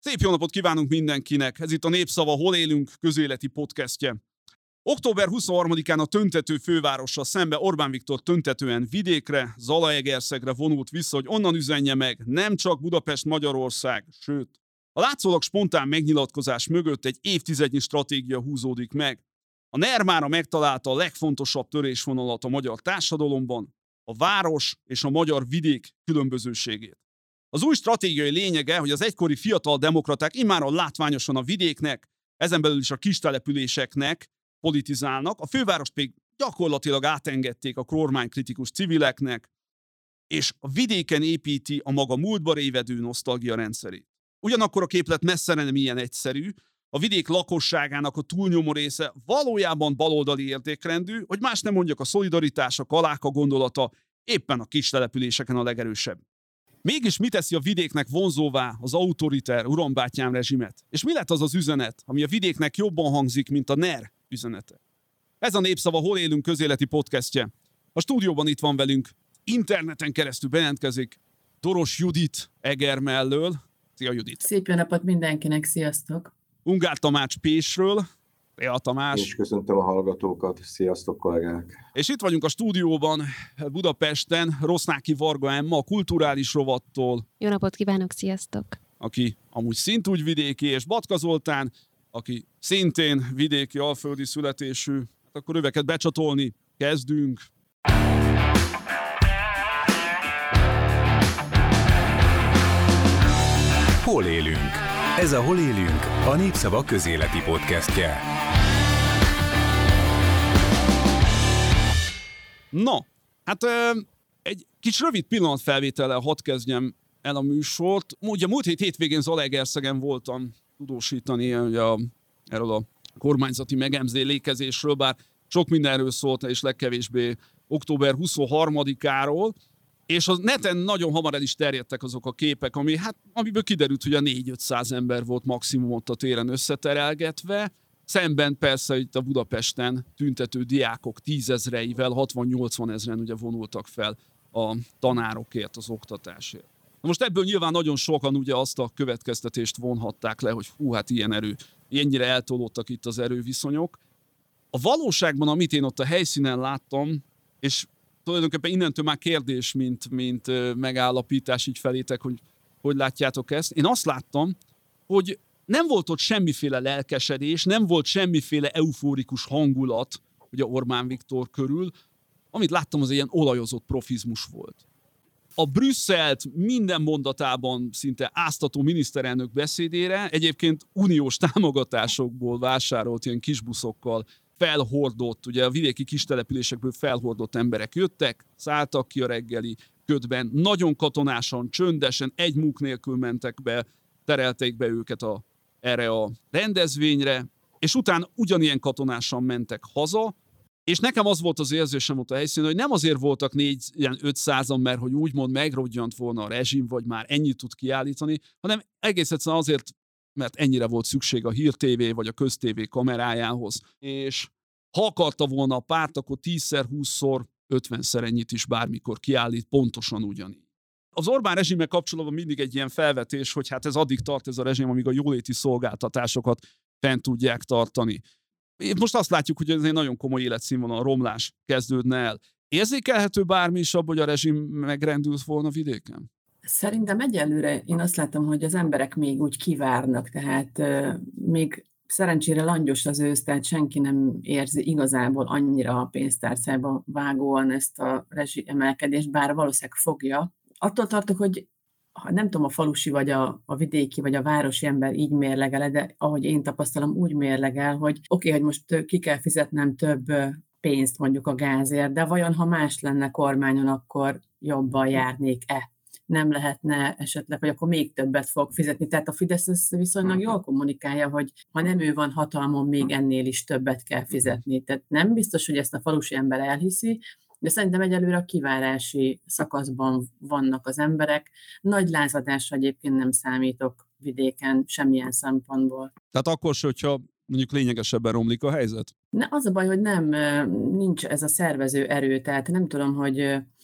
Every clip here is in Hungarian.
Szép jó napot kívánunk mindenkinek! Ez itt a Népszava Hol élünk közéleti podcastje. Október 23-án a tüntető fővárossal szembe Orbán Viktor tüntetően vidékre, Zalaegerszegre vonult vissza, hogy onnan üzenje meg, nem csak Budapest Magyarország, sőt, a látszólag spontán megnyilatkozás mögött egy évtizednyi stratégia húzódik meg. A NER mára megtalálta a legfontosabb törésvonalat a magyar társadalomban, a város és a magyar vidék különbözőségét. Az új stratégiai lényege, hogy az egykori fiatal demokraták immáron látványosan a vidéknek, ezen belül is a kistelepüléseknek politizálnak, a fővárost pedig gyakorlatilag átengedték a kormánykritikus civileknek, és a vidéken építi a maga múltba révedő nosztalgia rendszerét. Ugyanakkor a képlet messzire nem ilyen egyszerű, a vidék lakosságának a túlnyomó része valójában baloldali értékrendű, hogy más nem mondjak, a szolidaritás, a kaláka gondolata éppen a kistelepüléseken a legerősebb. Mégis mi teszi a vidéknek vonzóvá az autoriter urambátyám rezsimet? És mi lett az az üzenet, ami a vidéknek jobban hangzik, mint a NER üzenete? Ez a Népszava Hol élünk közéleti podcastje. A stúdióban itt van velünk, interneten keresztül bejelentkezik Doros Judit Eger mellől. Szia Judit! Szép jó napot mindenkinek, sziasztok! Ungár Tamács Pésről. Szia Tamás! És köszöntöm a hallgatókat, sziasztok kollégák! És itt vagyunk a stúdióban, Budapesten, Rosznáki Varga Emma, a kulturális rovattól. Jó napot kívánok, sziasztok! Aki amúgy szintúgy vidéki, és Batka Zoltán, aki szintén vidéki, alföldi születésű. Hát akkor öveket becsatolni, kezdünk! Hol élünk? Ez a Hol élünk, a Népszava közéleti podcastje. No, hát egy kis rövid pillanatfelvétellel hadd kezdjem el a műsort. Ugye múlt hétvégén Zalaegerszegen voltam tudósítani erről a kormányzati megemlékezésről, bár sok mindenről szólt, és legkevésbé október 23-áról, és a neten nagyon hamar el is terjedtek azok a képek, amiből kiderült, hogy a 400-500 ember volt maximum ott a téren összeterelgetve, szemben persze itt a Budapesten tüntető diákok 10 000-eivel, 60-80 000 ugye vonultak fel a tanárokért, az oktatásért. Na most ebből nyilván nagyon sokan ugye azt a következtetést vonhatták le, hogy hát ennyire eltolódtak itt az erőviszonyok. A valóságban, amit én ott a helyszínen láttam, és tulajdonképpen innentől már kérdés, mint megállapítás így felétek, hogy látjátok ezt. Én azt láttam, hogy nem volt ott semmiféle lelkesedés, nem volt semmiféle eufórikus hangulat ugye Orbán Viktor körül. Amit láttam, az egy ilyen olajozott profizmus volt. A Brüsszelt minden mondatában szinte áztató miniszterelnök beszédére egyébként uniós támogatásokból vásárolt ilyen kisbuszokkal felhordott, ugye a vidéki kistelepülésekből felhordott emberek jöttek, szálltak ki a reggeli ködben, nagyon katonásan, csöndesen, egy múk nélkül mentek be, terelték be őket erre a rendezvényre, és utána ugyanilyen katonásan mentek haza, és nekem az volt az érzésem ott a helyszínen, hogy nem azért voltak 400-500-an, mert hogy úgymond megrodjant volna a rezsim, vagy már ennyit tud kiállítani, hanem egész egyszerűen azért, mert ennyire volt szükség a Hír TV vagy a Köz TV kamerájához. És ha akarta volna a párt, akkor 10-szer, 20-szor, 50-szer ennyit is bármikor kiállít, pontosan ugyanígy. Az Orbán rezsimmel kapcsolatban mindig egy ilyen felvetés, hogy hát ez addig tart ez a rezsim, amíg a jóléti szolgáltatásokat fent tudják tartani. Most azt látjuk, hogy ez egy nagyon komoly életszínvonal romlás kezdődne el. Érzékelhető bármi is abban, hogy a rezsim megrendült volna vidéken? Szerintem egyelőre én azt látom, hogy az emberek még úgy kivárnak, tehát még szerencsére langyos az ősz, tehát senki nem érzi igazából annyira a pénztárcába vágóan ezt a rezsi emelkedést, bár valószínűleg fogja. Attól tartok, hogy nem tudom, a falusi, vagy a vidéki, vagy a városi ember így mérlegel, de ahogy én tapasztalom, úgy mérlegel, hogy oké, hogy most ki kell fizetnem több pénzt mondjuk a gázért, de vajon ha más lenne kormányon, akkor jobban járnék-e? Nem lehetne esetleg, hogy akkor még többet fog fizetni. Tehát a Fidesz ezt viszonylag jól kommunikálja, hogy ha nem ő van hatalmon, még ennél is többet kell fizetni. Tehát nem biztos, hogy ezt a falusi ember elhiszi, de szerintem egyelőre a kivárási szakaszban vannak az emberek. Nagy lázadásra egyébként nem számítok vidéken semmilyen szempontból. Tehát akkor se, hogyha mondjuk lényegesebben romlik a helyzet? Az a baj, hogy nincs ez a szervező erő, tehát nem tudom, hogy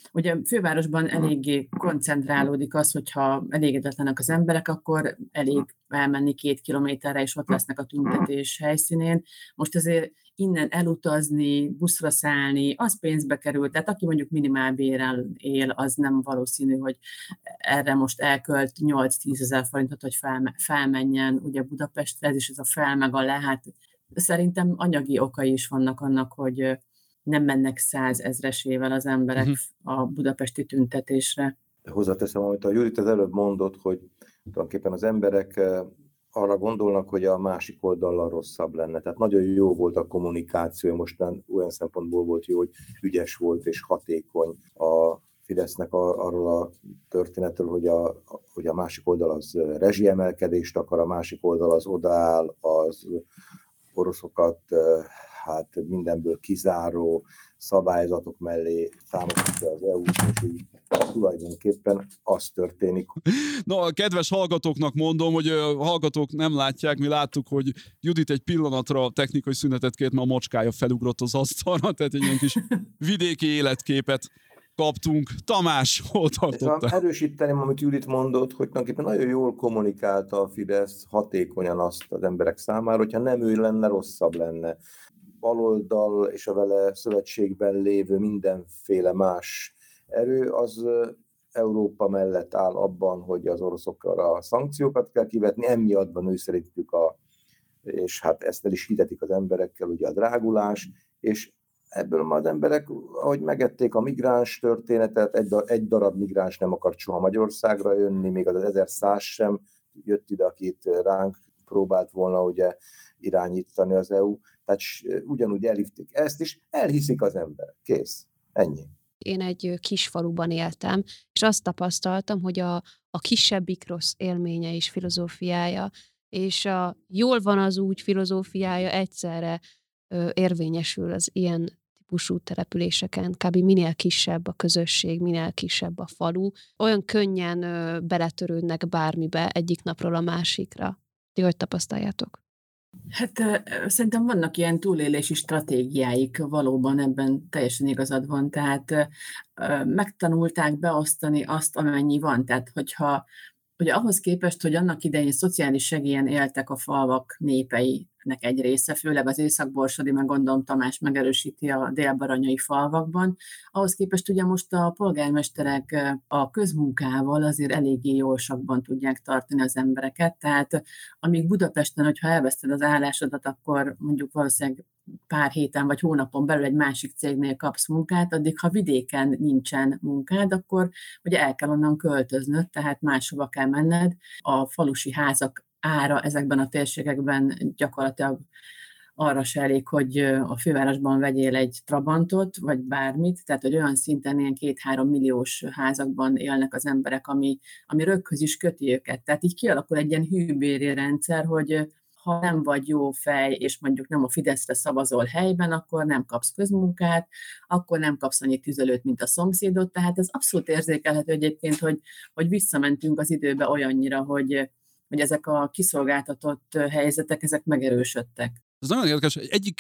ugye fővárosban eléggé koncentrálódik az, hogyha elégedetlenek az emberek, akkor elég elmenni 2 kilométerre, és ott lesznek a tüntetés helyszínén. Most azért innen elutazni, buszra szállni, az pénzbe kerül, tehát aki mondjuk minimálbérrel él, az nem valószínű, hogy erre most elkölt 8-10 ezer forintot, hogy felmenjen ugye Budapestre, ez is ez a fel meg a le, hát szerintem anyagi okai is vannak annak, hogy nem mennek 100 000-esével az emberek a budapesti tüntetésre. Hozzáteszem, amit a Judit az előbb mondott, hogy tulajdonképpen az emberek arra gondolnak, hogy a másik oldallal rosszabb lenne. Tehát nagyon jó volt a kommunikáció, most olyan szempontból volt jó, hogy ügyes volt és hatékony a Fidesznek arról a történetről, hogy a másik oldal az rezsiemelkedést akar, a másik oldal az odaáll, az oroszokat hát mindenből kizáró szabályzatok mellé támogatja az EU-t, és így tulajdonképpen az történik. Na, a kedves hallgatóknak mondom, hogy a hallgatók nem látják, mi láttuk, hogy Judit egy pillanatra technikai szünetet kért, mert a macskája felugrott az asztalra, tehát egy ilyen kis vidéki életképet kaptunk. Tamás, hol tartottál? Erősíteném, amit Judit mondott, hogy tulajdonképpen nagyon jól kommunikálta a Fidesz hatékonyan azt az emberek számára, hogyha nem ő lenne, rosszabb lenne. Baloldal és a vele szövetségben lévő mindenféle más erő, az Európa mellett áll abban, hogy az oroszokra szankciókat kell kivetni, emiatt van ő szerintük és hát ezt el is hitetik az emberekkel, ugye a drágulás, és ebből az emberek, ahogy megették a migráns történetet, egy darab migráns nem akart soha Magyarországra jönni, még az 1100 sem jött ide, akit ránk próbált volna ugye irányítani az EU, tehát ugyanúgy elhívték ezt is, elhiszik az emberek, kész, ennyi. Én egy kis faluban éltem, és azt tapasztaltam, hogy a kisebbik rossz élménye és filozófiája, és a jól van az úgy filozófiája egyszerre érvényesül az ilyen típusú településeken, kb. Minél kisebb a közösség, minél kisebb a falu, olyan könnyen beletörődnek bármibe egyik napról a másikra. Ti hogy tapasztaljátok? Hát szerintem vannak ilyen túlélési stratégiáik, valóban ebben teljesen igazad van, tehát megtanulták beosztani azt, amennyi van, tehát hogyha ugye ahhoz képest, hogy annak idején szociális segélyen éltek a falvak népeinek egy része, főleg az észak-borsodi, meg gondolom Tamás megerősíti a dél-baranyai falvakban, ahhoz képest ugye most a polgármesterek a közmunkával azért eléggé jól sakban tudják tartani az embereket, tehát amíg Budapesten, hogyha elveszted az állásodat, akkor mondjuk valószínűleg pár héten vagy hónapon belül egy másik cégnél kapsz munkát, addig ha vidéken nincsen munkád, akkor ugye el kell onnan költöznöd, tehát máshova kell menned. A falusi házak ára ezekben a térségekben gyakorlatilag arra se elég, hogy a fővárosban vegyél egy Trabantot, vagy bármit, tehát hogy olyan szinten ilyen 2-3 milliós házakban élnek az emberek, ami röghöz is köti őket. Tehát így kialakul egy ilyen hűbéri rendszer, hogy ha nem vagy jó fej, és mondjuk nem a Fideszre szavazol helyben, akkor nem kapsz közmunkát, akkor nem kapsz annyi tüzelőt, mint a szomszédod. Tehát ez abszolút érzékelhető egyébként, hogy visszamentünk az időbe olyannyira, hogy ezek a kiszolgáltatott helyzetek, ezek megerősödtek. Ez nagyon érdekes. Egyik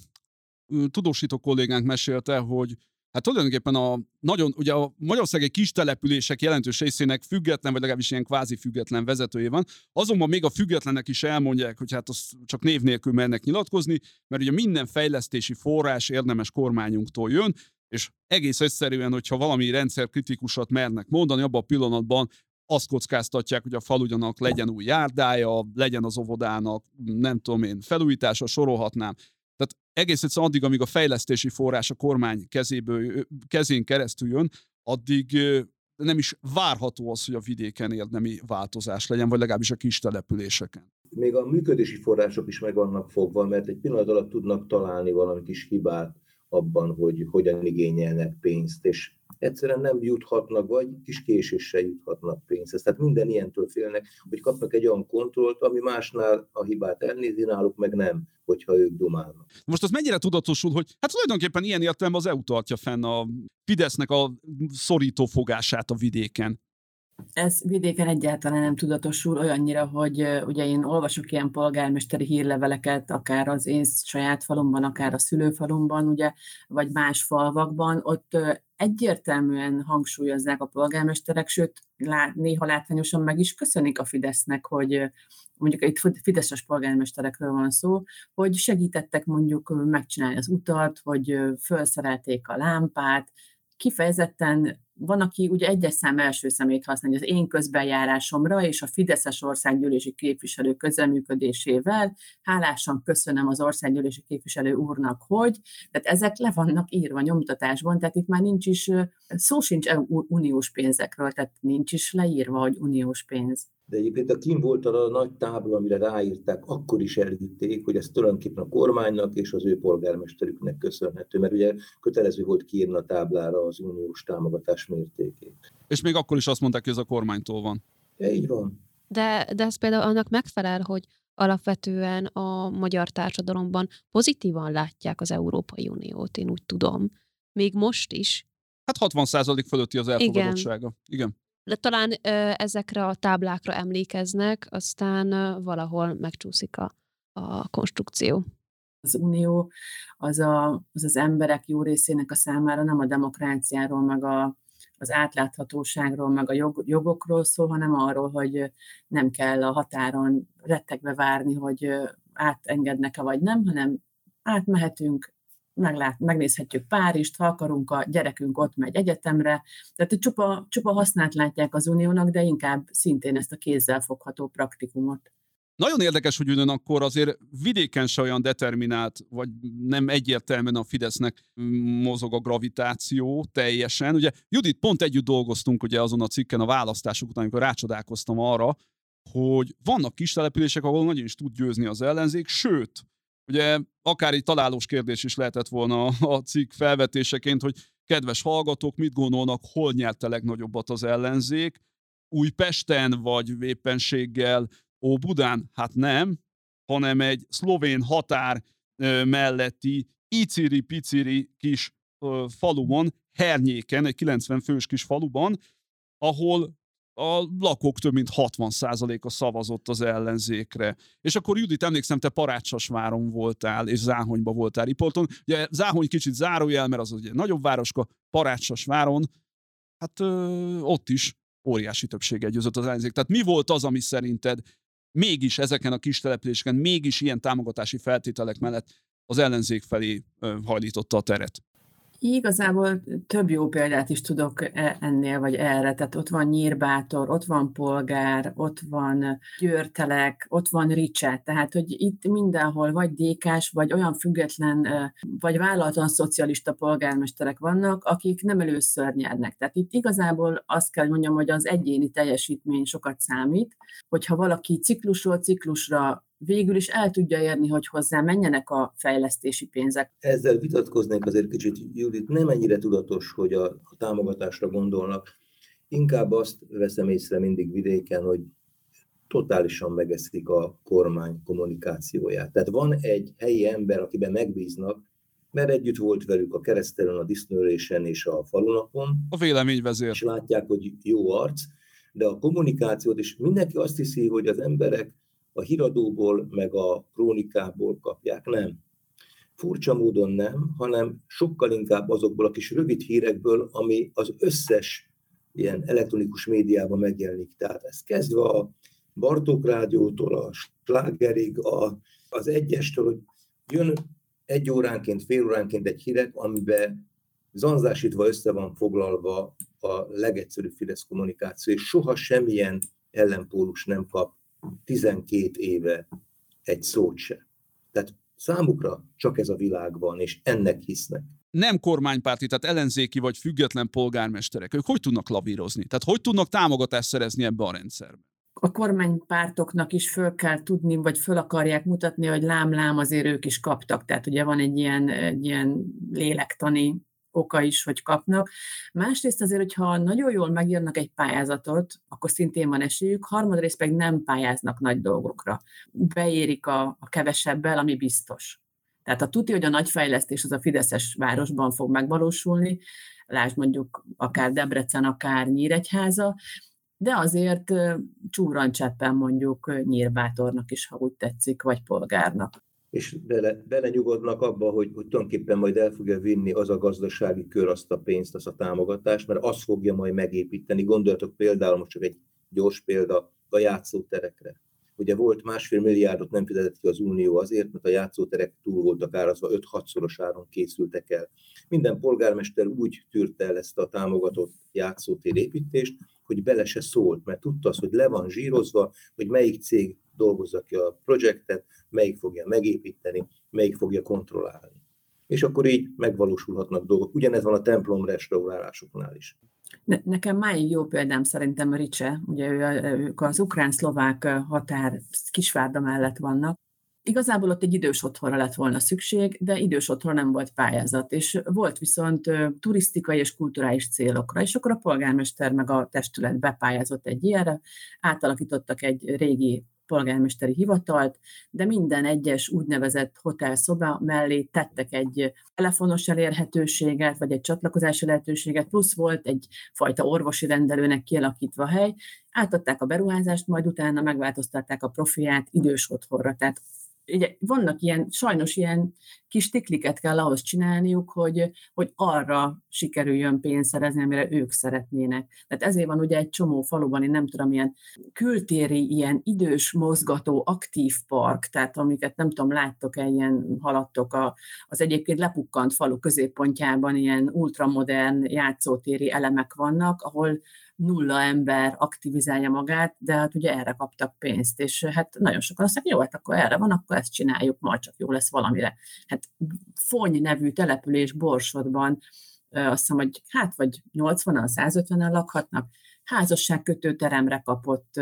tudósító kollégánk mesélte, hogy hát tulajdonképpen ugye a magyarországi kis települések jelentős részének független, vagy legalábbis ilyen kvázi független vezetője van. Azonban még a függetlenek is elmondják, hogy hát azt csak név nélkül mernek nyilatkozni, mert ugye minden fejlesztési forrás érdemes kormányunktól jön, és egész egyszerűen, hogyha valami rendszerkritikusat mernek mondani, abban a pillanatban azt kockáztatják, hogy a falugynak legyen új járdája, legyen az óvodának, nem tudom én, felújítása, sorolhatnám. Tehát egész egyszerűen addig, amíg a fejlesztési forrás a kormány kezén keresztül jön, addig nem is várható az, hogy a vidéken érdemi változás legyen, vagy legalábbis a kis településeken. Még a működési források is meg vannak fogva, mert egy pillanat alatt tudnak találni valami kis hibát abban, hogy hogyan igényelnek pénzt, és egyszerűen nem juthatnak, vagy kis késéssel juthatnak pénzhez. Tehát minden ilyentől félnek, hogy kapnak egy olyan kontrollt, ami másnál a hibát elnézi, náluk meg nem, hogyha ők dumálnak. Most az mennyire tudatosul, hogy hát tulajdonképpen ilyen értelemben az EU tartja fenn a Fidesznek a szorító fogását a vidéken? Ez vidéken egyáltalán nem tudatosul olyannyira, hogy ugye én olvasok ilyen polgármesteri hírleveleket, akár az én saját falumban, akár a szülőfalumban, ugye, vagy más falvakban, ott egyértelműen hangsúlyozzák a polgármesterek, sőt, néha látványosan meg is köszönik a Fidesznek, hogy mondjuk itt fideszes polgármesterekről van szó, hogy segítettek mondjuk megcsinálni az utat, hogy felszerelték a lámpát, kifejezetten van, aki ugye egyes szám első szemét használja az én közbenjárásomra, és a fideszes országgyűlési képviselő közreműködésével hálásan köszönöm az országgyűlési képviselő úrnak, hogy, tehát ezek le vannak írva nyomtatásban, tehát itt már nincs is, szó sincs uniós pénzekről, tehát nincs is leírva, hogy uniós pénz. De egyébként a kim volt a nagy tábla, amire ráírták, akkor is elhitték, hogy ez tulajdonképpen a kormánynak és az ő polgármesterüknek köszönhető, mert ugye kötelező volt kiírni a táblára az uniós támogatás mértékét. És még akkor is azt mondták, hogy ez a kormánytól van. Így van. De ez például annak megfelel, hogy alapvetően a magyar társadalomban pozitívan látják az Európai Uniót, én úgy tudom. Még most is. Hát 60% fölötti az elfogadottsága. Igen. De talán ezekre a táblákra emlékeznek, aztán valahol megcsúszik a konstrukció. Az unió az emberek jó részének a számára nem a demokráciáról, meg az átláthatóságról, meg a jogokról szól, hanem arról, hogy nem kell a határon rettegve várni, hogy átengednek-e vagy nem, hanem átmehetünk, megnézhetjük Párizst, ha akarunk, a gyerekünk ott megy egyetemre. Tehát csupa hasznát látják az uniónak, de inkább szintén ezt a kézzel fogható praktikumot. Nagyon érdekes, hogy ugyanakkor azért vidéken se olyan determinált, vagy nem egyértelműen a Fidesznek mozog a gravitáció teljesen. Ugye Judit, pont együtt dolgoztunk ugye azon a cikken a választások után, amikor rácsodálkoztam arra, hogy vannak kis települések, ahol nagyon is tud győzni az ellenzék, sőt, ugye akár egy találós kérdés is lehetett volna a cikk felvetéseként, hogy kedves hallgatók, mit gondolnak, hol nyerte legnagyobbat az ellenzék? Újpesten vagy éppenséggel Óbudán? Hát nem, hanem egy szlovén határ melletti iciri-piciri kis faluban, Hernyéken, egy 90 fős kis faluban, ahol a lakók több mint 60%-a szavazott az ellenzékre. És akkor Judit, emlékszem, te Parácsasváron voltál, és Záhonyba voltál riporton. Ugye Záhony kicsit zárójel, mert az ugye nagyobb városka, Parácsasváron, hát ott is óriási többséggel győzött az ellenzék. Tehát mi volt az, ami szerinted mégis ezeken a kis településeken, mégis ilyen támogatási feltételek mellett az ellenzék felé hajlította a teret? Igazából több jó példát is tudok ennél vagy erre. Tehát ott van Nyírbátor, ott van Polgár, ott van Győrtelek, ott van Ricse. Tehát, hogy itt mindenhol vagy DK-s, vagy olyan független, vagy vállaltan szocialista polgármesterek vannak, akik nem először nyernek. Tehát itt igazából azt kell mondjam, hogy az egyéni teljesítmény sokat számít, hogyha valaki ciklusról ciklusra végül is el tudja érni, hogy hozzá menjenek a fejlesztési pénzek. Ezzel vitatkoznék azért kicsit, Judit, nem ennyire tudatos, hogy a támogatásra gondolnak. Inkább azt veszem észre mindig vidéken, hogy totálisan megeszik a kormány kommunikációját. Tehát van egy helyi ember, akiben megbíznak, mert együtt volt velük a keresztelen, a disznőlésen és a falunapon. A véleményvezér. És látják, hogy jó arc, de a kommunikációt is mindenki azt hiszi, hogy az emberek a híradóból, meg a krónikából kapják. Nem. Furcsa módon nem, hanem sokkal inkább azokból a kis rövid hírekből, ami az összes ilyen elektronikus médiában megjelenik. Tehát ez kezdve a Bartók Rádiótól, a Slágerig, az Egyestől, hogy jön 1 óránként, fél óránként egy hírek, amiben zanzásítva össze van foglalva a legegyszerűbb Fidesz kommunikáció, és soha semmilyen ellenpólus nem kap 12 éve egy szót se. Tehát számukra csak ez a világ van, és ennek hisznek. Nem kormánypárti, tehát ellenzéki vagy független polgármesterek, ők hogy tudnak lavírozni? Tehát hogy tudnak támogatást szerezni ebbe a rendszerbe? A kormánypártoknak is föl kell tudni, vagy föl akarják mutatni, hogy lám-lám azért ők is kaptak. Tehát ugye van egy ilyen lélektani oka is, hogy kapnak. Másrészt azért, hogyha nagyon jól megírnak egy pályázatot, akkor szintén van esélyük, harmadrészt pedig nem pályáznak nagy dolgokra. Beérik a kevesebbel, ami biztos. Tehát a tuti, hogy a nagy fejlesztés az a fideszes városban fog megvalósulni, lásd mondjuk akár Debrecen, akár Nyíregyháza, de azért csúrancseppen mondjuk Nyírbátornak is, ha úgy tetszik, vagy Polgárnak. és belenyugodnak abba, hogy tulajdonképpen majd el fogja vinni az a gazdasági kör azt a pénzt, azt a támogatást, mert az fogja majd megépíteni. Gondoljatok például, most csak egy gyors példa, a játszóterekre. Ugye volt 1,5 milliárdot nem fizetett ki az Unió azért, mert a játszóterek túl voltak árazva, 5-6-szoros áron készültek el. Minden polgármester úgy tűrte el ezt a támogatott játszótér építést, hogy bele se szólt, mert tudta azt, hogy le van zsírozva, hogy melyik cég dolgozza ki a projektet, melyik fogja megépíteni, melyik fogja kontrollálni. És akkor így megvalósulhatnak dolgok. Ugyanez van a templom restaurálásoknál is. Nekem máig jó példám szerintem Ricse, ugye ők az ukrán-szlovák határ Kisvárda mellett vannak. Igazából ott egy idős otthonra lett volna szükség, de idős otthonra nem volt pályázat, és volt viszont turisztikai és kulturális célokra, és akkor a polgármester meg a testület bepályázott egy ilyenre, átalakítottak egy régi polgármesteri hivatalt, de minden egyes úgynevezett hotelszoba mellé tettek egy telefonos elérhetőséget, vagy egy csatlakozási lehetőséget, plusz volt egyfajta orvosi rendelőnek kialakítva hely, átadták a beruházást, majd utána megváltoztatták a profilját idős otthonra. Tehát ugye vannak sajnos ilyen kis tikliket kell ahhoz csinálniuk, hogy arra sikerüljön pénzt szerezni, amire ők szeretnének. Tehát ezért van ugye egy csomó faluban, én nem tudom, ilyen kültéri, ilyen idős, mozgató, aktív park, tehát amiket nem tudom, láttok-e, ilyen haladtok az egyébként lepukkant falu középpontjában ilyen ultramodern játszótéri elemek vannak, ahol 0 ember aktivizálja magát, de hát ugye erre kaptak pénzt, és hát nagyon sokan azt mondják, jó, hát akkor erre van, akkor ezt csináljuk, majd csak jó lesz valamire. Hát Fony nevű település Borsodban, azt hiszem, hogy vagy 80-an, 150-en lakhatnak, házasságkötő teremre kapott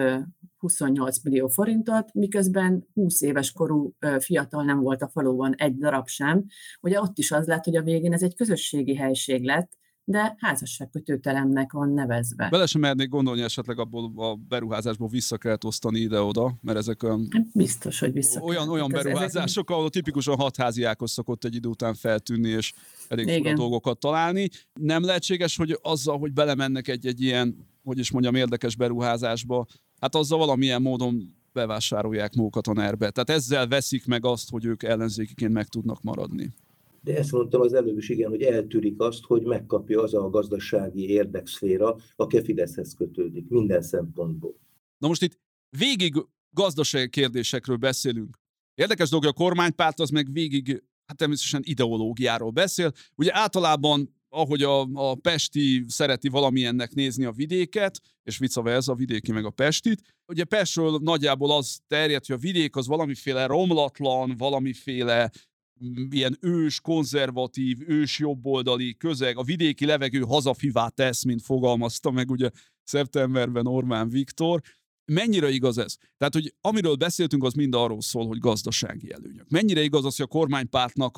28 millió forintot, miközben 20 éves korú fiatal nem volt a faluban egy darab sem. Ugye ott is az lett, hogy a végén ez egy közösségi helység lett, de házasságkötőteremnek van nevezve. Bele sem mernék gondolni, esetleg abból a beruházásból vissza kellett osztani ide-oda, mert ezek biztos, hogy vissza olyan beruházások, ahol tipikusan hatházi Ákos szokott egy idő után feltűnni, és elég fura dolgokat találni. Nem lehetséges, hogy azzal, hogy belemennek egy ilyen, hogy is mondjam, érdekes beruházásba, hát azzal valamilyen módon bevásárolják magukat a NER-be. Tehát ezzel veszik meg azt, hogy ők ellenzékiként meg tudnak maradni. De ezt mondtam az előbb is, igen, hogy eltűrik azt, hogy megkapja az a gazdasági érdekszféra, aki a Fideszhez kötődik, minden szempontból. Na most itt végig gazdasági kérdésekről beszélünk. Érdekes dolog, hogy a kormánypárt az meg végig, hát természetesen ideológiáról beszél. Ugye általában, ahogy a pesti szereti valamilyennek nézni a vidéket, és vice versa, a vidéki meg a pestit. Ugye Pestről nagyjából az terjed, hogy a vidék az valamiféle romlatlan, valamiféle ilyen ős, konzervatív, ős jobboldali közeg, a vidéki levegő hazafivá tesz, mint fogalmazta meg ugye szeptemberben Orbán Viktor. Mennyire igaz ez? Tehát, hogy amiről beszéltünk, az mind arról szól, hogy gazdasági előnyök. Mennyire igaz az, hogy a kormánypártnak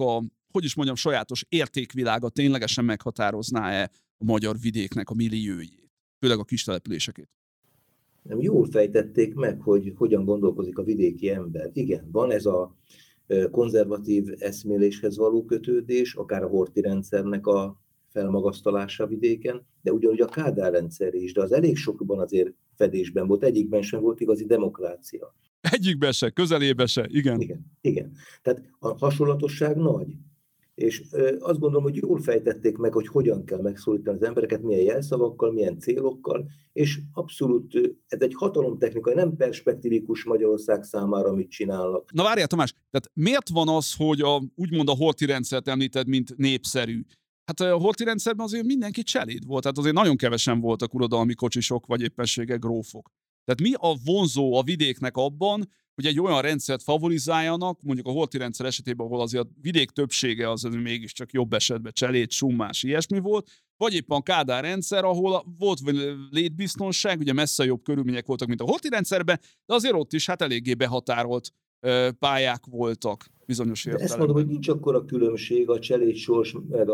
sajátos értékvilága ténylegesen meghatározná-e a magyar vidéknek a milliójét, főleg a kis településeket? Nem, jól fejtették meg, hogy hogyan gondolkozik a vidéki ember. Igen, van ez a konzervatív eszméléshez való kötődés, akár a Horthy rendszernek a felmagasztalása vidéken, de ugyanúgy a Kádár rendszer is, de az elég sokban azért fedésben volt, egyikben sem volt igazi demokrácia. Egyikben se, közelében se, igen. Igen. Tehát a hasonlatosság nagy. És azt gondolom, hogy jól fejtették meg, hogy hogyan kell megszólítani az embereket, milyen jelszavakkal, milyen célokkal, és abszolút ez egy hatalomtechnikai, nem perspektívikus Magyarország számára, amit csinálnak. Na várjál, Tamás, tehát miért van az, hogy úgymond a Horthy rendszert említed, mint népszerű? Hát a Horthy rendszerben azért mindenki cseléd volt, tehát azért nagyon kevesen voltak uradalmi kocsisok, vagy éppenséggel grófok. Tehát mi a vonzó a vidéknek abban, hogy egy olyan rendszert favorizáljanak, mondjuk a Horthy rendszer esetében, ahol azért a vidék többsége az mégiscsak jobb esetben cseléd, summás, ilyesmi volt, vagy éppen a Kádár rendszer, ahol volt létbiztonság, ugye messze jobb körülmények voltak, mint a Horthy rendszerben, de azért ott is hát eléggé behatárolt pályák voltak bizonyos értelemben. Ezt mondom, hogy nincs akkora különbség a cseléd sors meg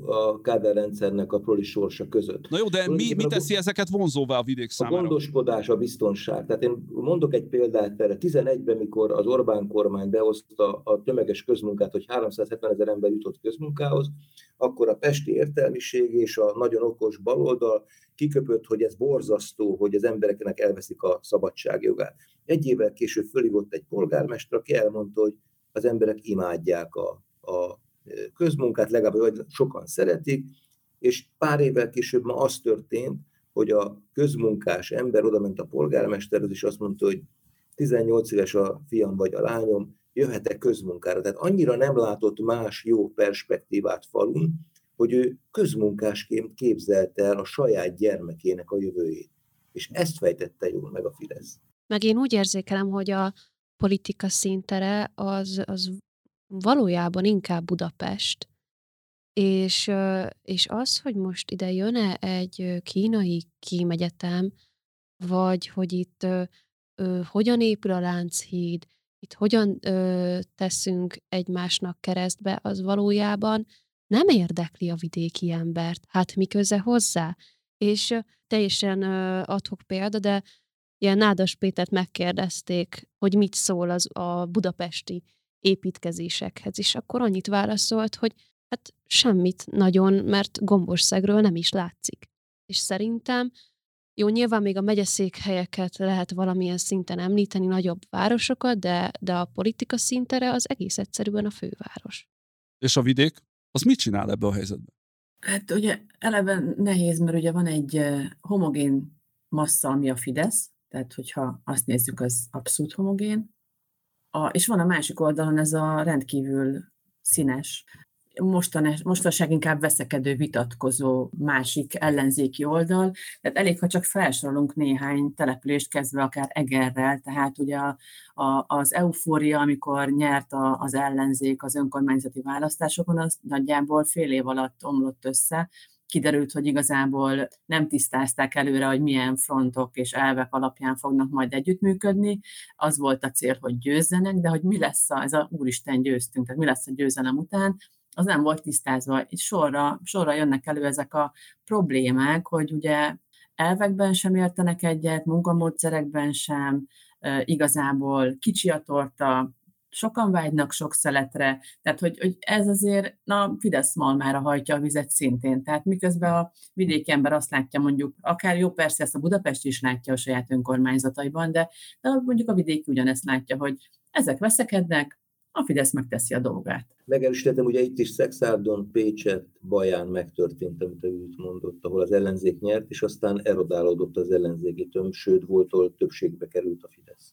a Kádár rendszernek a proli sorsa között. Na jó, de mi teszi ezeket vonzóvá a vidék számára? A gondoskodás, a biztonság. Tehát én mondok egy példát erre. 11-ben, mikor az Orbán kormány behozta a tömeges közmunkát, hogy 370 000 ember jutott közmunkához, akkor a pesti értelmiség és a nagyon okos baloldal kiköpött, hogy ez borzasztó, hogy az embereknek elveszik a szabadságjogát. Egy évvel később fölhívott egy polgármester, aki elmondta, hogy az emberek imádják a közmunkát, legalább sokan szeretik, és pár évvel később ma az történt, hogy a közmunkás ember odament a polgármesterhez, és azt mondta, hogy 18 éves a fiam vagy a lányom, jöhet-e közmunkára. Tehát annyira nem látott más jó perspektívát falun, hogy ő közmunkásként képzelte el a saját gyermekének a jövőjét. És ezt fejtette jól meg a Fidesz. Meg én úgy érzékelem, hogy a politika színtere az valójában inkább Budapest, és az, hogy most ide jön-e egy kínai kímegyetem, vagy hogy itt hogyan épül a Lánchíd, itt hogyan teszünk egymásnak keresztbe, az valójában nem érdekli a vidéki embert. Hát mi köze hozzá? És teljesen ad-hoc példa, de ilyen Nádas Pétert megkérdezték, hogy mit szól a budapesti építkezésekhez, és akkor annyit válaszolt, hogy hát semmit nagyon, mert Gombosszegről nem is látszik. És szerintem, jó, nyilván még a megyeszékhelyeket lehet valamilyen szinten említeni, nagyobb városokat, de a politika szintere az egész egyszerűen a főváros. És a vidék? Az mit csinál ebbe a helyzetben? Hát ugye eleve nehéz, mert ugye van egy homogén massza, ami a Fidesz, tehát hogyha azt nézzük, az abszolút homogén, és van a másik oldalon ez a rendkívül színes, mostanság inkább veszekedő, vitatkozó másik ellenzéki oldal. Tehát elég, ha csak felsorolunk néhány települést, kezdve akár Egerrel, tehát ugye az eufória, amikor nyert az ellenzék az önkormányzati választásokon, az nagyjából fél év alatt omlott össze. Kiderült, hogy igazából nem tisztázták előre, hogy milyen frontok és elvek alapján fognak majd együttműködni. Az volt a cél, hogy győzzenek, de hogy mi lesz ez a úristen győztünk, tehát mi lesz a győzelem után, az nem volt tisztázva. Itt sorra jönnek elő ezek a problémák, hogy ugye elvekben sem értenek egyet, munkamódszerekben sem, igazából kicsi a torta, sokan vágynak sok szeletre, tehát hogy ez azért Fidesz malmára hajtja a vizet szintén. Tehát miközben a vidéki ember azt látja, mondjuk, akár jó, persze ezt a Budapest is látja a saját önkormányzataiban, de mondjuk a vidéki ugyanezt látja, hogy ezek veszekednek, a Fidesz megteszi a dolgát. Megerősítettem, ugye itt is Szexárdon, Pécset, Baján megtörtént, amit a Judit mondott, ahol az ellenzék nyert, és aztán erodálódott az ellenzéki tömb, sőt, voltól többségbe került a Fidesz.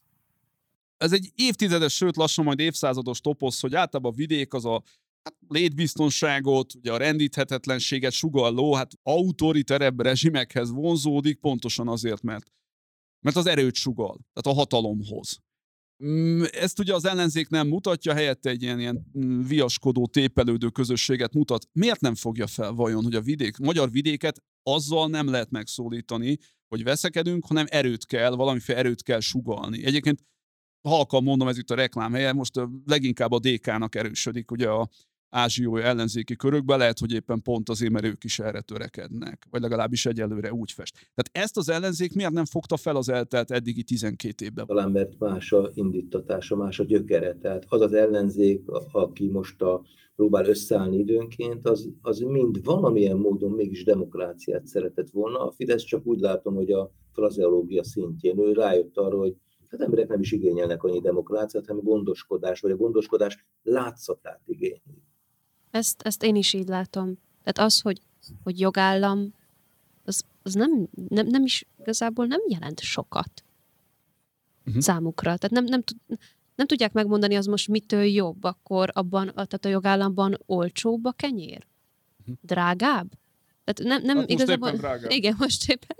Ez egy évtizedes, sőt lassan majd évszázados toposz, hogy általában a vidék az a létbiztonságot, ugye a rendíthetetlenséget sugalló, autoriterebb rezsimekhez vonzódik, pontosan azért, mert az erőt sugal, tehát a hatalomhoz. Ezt ugye az ellenzék nem mutatja, helyette egy ilyen viaskodó, tépelődő közösséget mutat. Miért nem fogja fel vajon, hogy a magyar vidéket azzal nem lehet megszólítani, hogy veszekedünk, hanem valamiféle erőt kell sugallni. Egyébként halkan mondom, ez itt a reklámhelye, most leginkább a DK-nak erősödik ugye a ázsiai ellenzéki körökben, lehet, hogy éppen pont azért, mert ők is erre törekednek, vagy legalábbis egyelőre úgy fest. Tehát ezt az ellenzék miért nem fogta fel az eltelt eddigi 12 évben? Talán mert más a indítatása, más a gyökere. Tehát az az ellenzék, aki most próbál összeállni időnként, az mind valamilyen módon mégis demokráciát szeretett volna. A Fidesz csak úgy látom, hogy a frazeológia szintjén ő rájött arra, hogy az emberek nem is igényelnek annyi demokráciát, hanem gondoskodás, vagy a gondoskodás látszatát igénylik. Ezt én is így látom. Tehát az, hogy jogállam, az nem is igazából nem jelent sokat számukra. Tehát nem tudják megmondani, az most mitől jobb, akkor tehát a jogállamban olcsóbb a kenyér? Drágább? Tehát nem most igazából... éppen drágább. Igen, most éppen.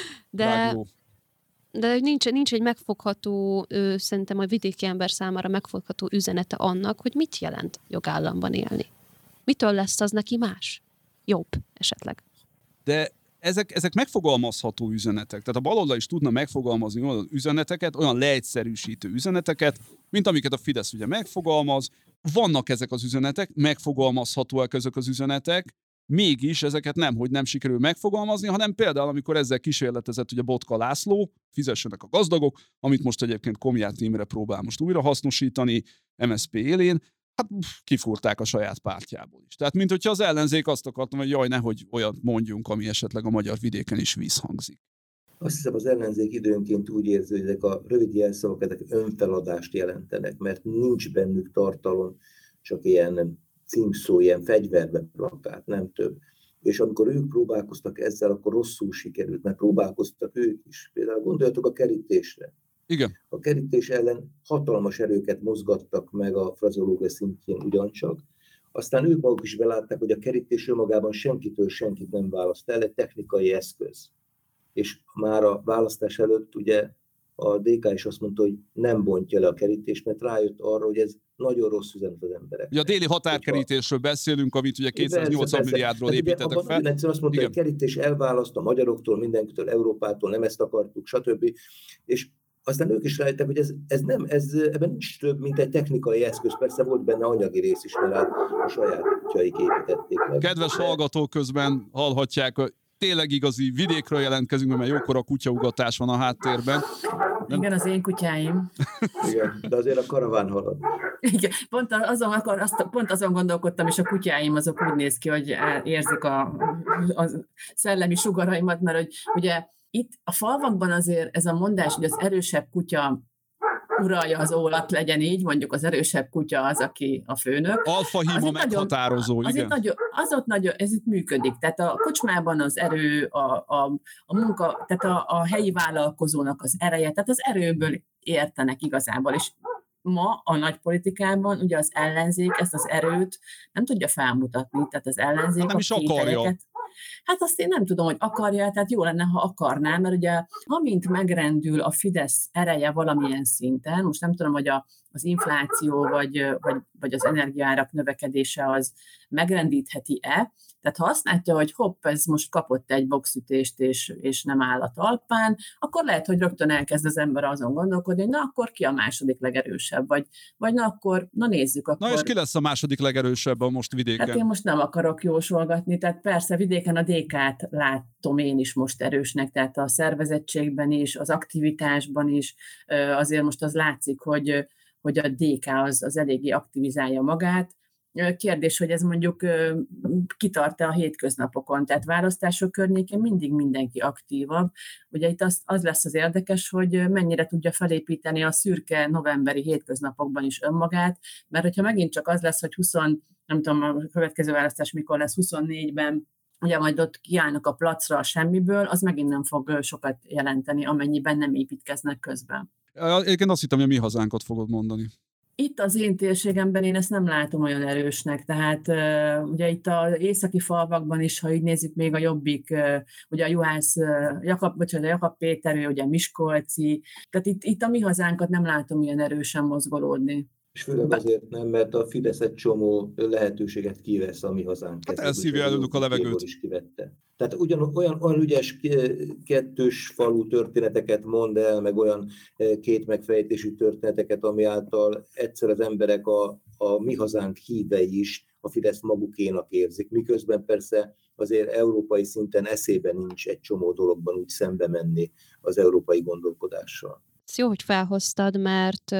De nincs egy megfogható, szerintem a vidéki ember számára megfogható üzenete annak, hogy mit jelent jogállamban élni. Mitől lesz az neki más? Jobb esetleg. De ezek megfogalmazható üzenetek. Tehát a baloldal is tudna megfogalmazni olyan üzeneteket, olyan leegyszerűsítő üzeneteket, mint amiket a Fidesz ugye megfogalmaz. Vannak ezek az üzenetek, megfogalmazhatóak ezek az üzenetek, mégis ezeket nem sikerül megfogalmazni, hanem például, amikor ezzel kísérletezett ugye Botka László, fizessenek a gazdagok, amit most egyébként Komját Imre próbál most újra hasznosítani MSZP élén, kifúrták a saját pártjából is. Tehát, mint hogyha az ellenzék azt akartam, hogy jaj, nehogy olyat mondjunk, ami esetleg a magyar vidéken is vízhangzik. Azt hiszem, az ellenzék időnként úgy érzi, hogy ezek a rövid jelszavak, ezek önfeladást jelentenek, mert nincs bennük tartalom, csak ilyen címszó, ilyen fegyverbe plakát, nem több. És amikor ők próbálkoztak ezzel, akkor rosszul sikerült, mert próbálkoztak ők is. Például gondoljatok a kerítésre. Igen. A kerítés ellen hatalmas erőket mozgattak meg a frazeológia szintjén ugyancsak. Aztán ők maguk is belátták, hogy a kerítés önmagában senkitől senkit nem választ el, egy technikai eszköz. És már a választás előtt ugye a DK is azt mondta, hogy nem bontja le a kerítést, mert rájött arra, hogy ez nagyon rossz üzenet az embereknek. Ugye a déli határkerítésről beszélünk, amit ugye 280 milliárdról építettek fel. Abban egyszerűen azt mondta, hogy a kerítés elválaszt a magyaroktól, mindenkitől, Európától, nem ezt akartuk, stb. És aztán ők is rájöttek, hogy ebben nincs több, mint egy technikai eszköz. Persze volt benne anyagi rész is, mert a sajátjaik építették meg. Kedves hallgatók, közben hallhatják, hogy tényleg igazi vidékről jelentkezünk, mert jókora kutyaugatás van a háttérben. Igen, az én kutyáim. Igen, de azért a karaván halad. Igen, pont azon gondolkodtam, és a kutyáim azok úgy néz ki, hogy érzik a szellemi sugaraimat, mert hogy ugye itt a falvakban azért ez a mondás, hogy az erősebb kutya uralja az ólat, legyen így, mondjuk az erősebb kutya az, aki a főnök. Alfa-híma meghatározó, igen. Ez itt működik. Tehát a kocsmában az erő, a munka, tehát a helyi vállalkozónak az ereje, tehát az erőből értenek igazából, és ma a nagypolitikában ugye az ellenzék ezt az erőt nem tudja felmutatni, tehát az ellenzék nem is akarja. Hát azt én nem tudom, hogy akarja, tehát jó lenne, ha akarná, mert ugye amint megrendül a Fidesz ereje valamilyen szinten, most nem tudom, hogy az infláció vagy az energiaárak növekedése az megrendítheti-e, tehát ha azt látja, hogy hopp, ez most kapott egy boxütést, és nem áll a talpán, akkor lehet, hogy rögtön elkezd az ember azon gondolkodni, hogy na akkor ki a második legerősebb, vagy na nézzük akkor. Na és ki lesz a második legerősebb a most vidéken? Hát én most nem akarok jósolgatni, tehát persze vidéken a DK-t látom én is most erősnek, tehát a szervezettségben is, az aktivitásban is, azért most az látszik, hogy a DK az eléggé aktivizálja magát. Kérdés, hogy ez mondjuk kitart-e a hétköznapokon, tehát választások környékén mindig mindenki aktívabb. Ugye itt az lesz az érdekes, hogy mennyire tudja felépíteni a szürke novemberi hétköznapokban is önmagát, mert hogyha megint csak az lesz, hogy nem tudom, a következő választás mikor lesz, 24-ben, ugye majd ott kiállnak a placra a semmiből, az megint nem fog sokat jelenteni, amennyiben nem építkeznek közben. Én azt hittem, hogy a Mi Hazánkat fogod mondani. Itt az én térségemben én ezt nem látom olyan erősnek, tehát ugye itt az északi falvakban is, ha így nézzük még a Jobbik, ugye a Juhász, Jakab Péter, ő ugye miskolci, tehát itt a Mi Hazánkat nem látom ilyen erősen mozgolódni. És főleg azért nem, mert a Fidesz egy csomó lehetőséget kivesz a Mi Hazánk. Hát elszívja előlük a levegőt. Is kivette. Tehát olyan ügyes kettős falu történeteket mond el, meg olyan két megfejtésű történeteket, ami által egyszer az emberek a Mi Hazánk hívei is a Fidesz magukénak érzik, miközben persze azért európai szinten eszében nincs egy csomó dologban úgy szembe menni az európai gondolkodással. Ez jó, hogy felhoztad, mert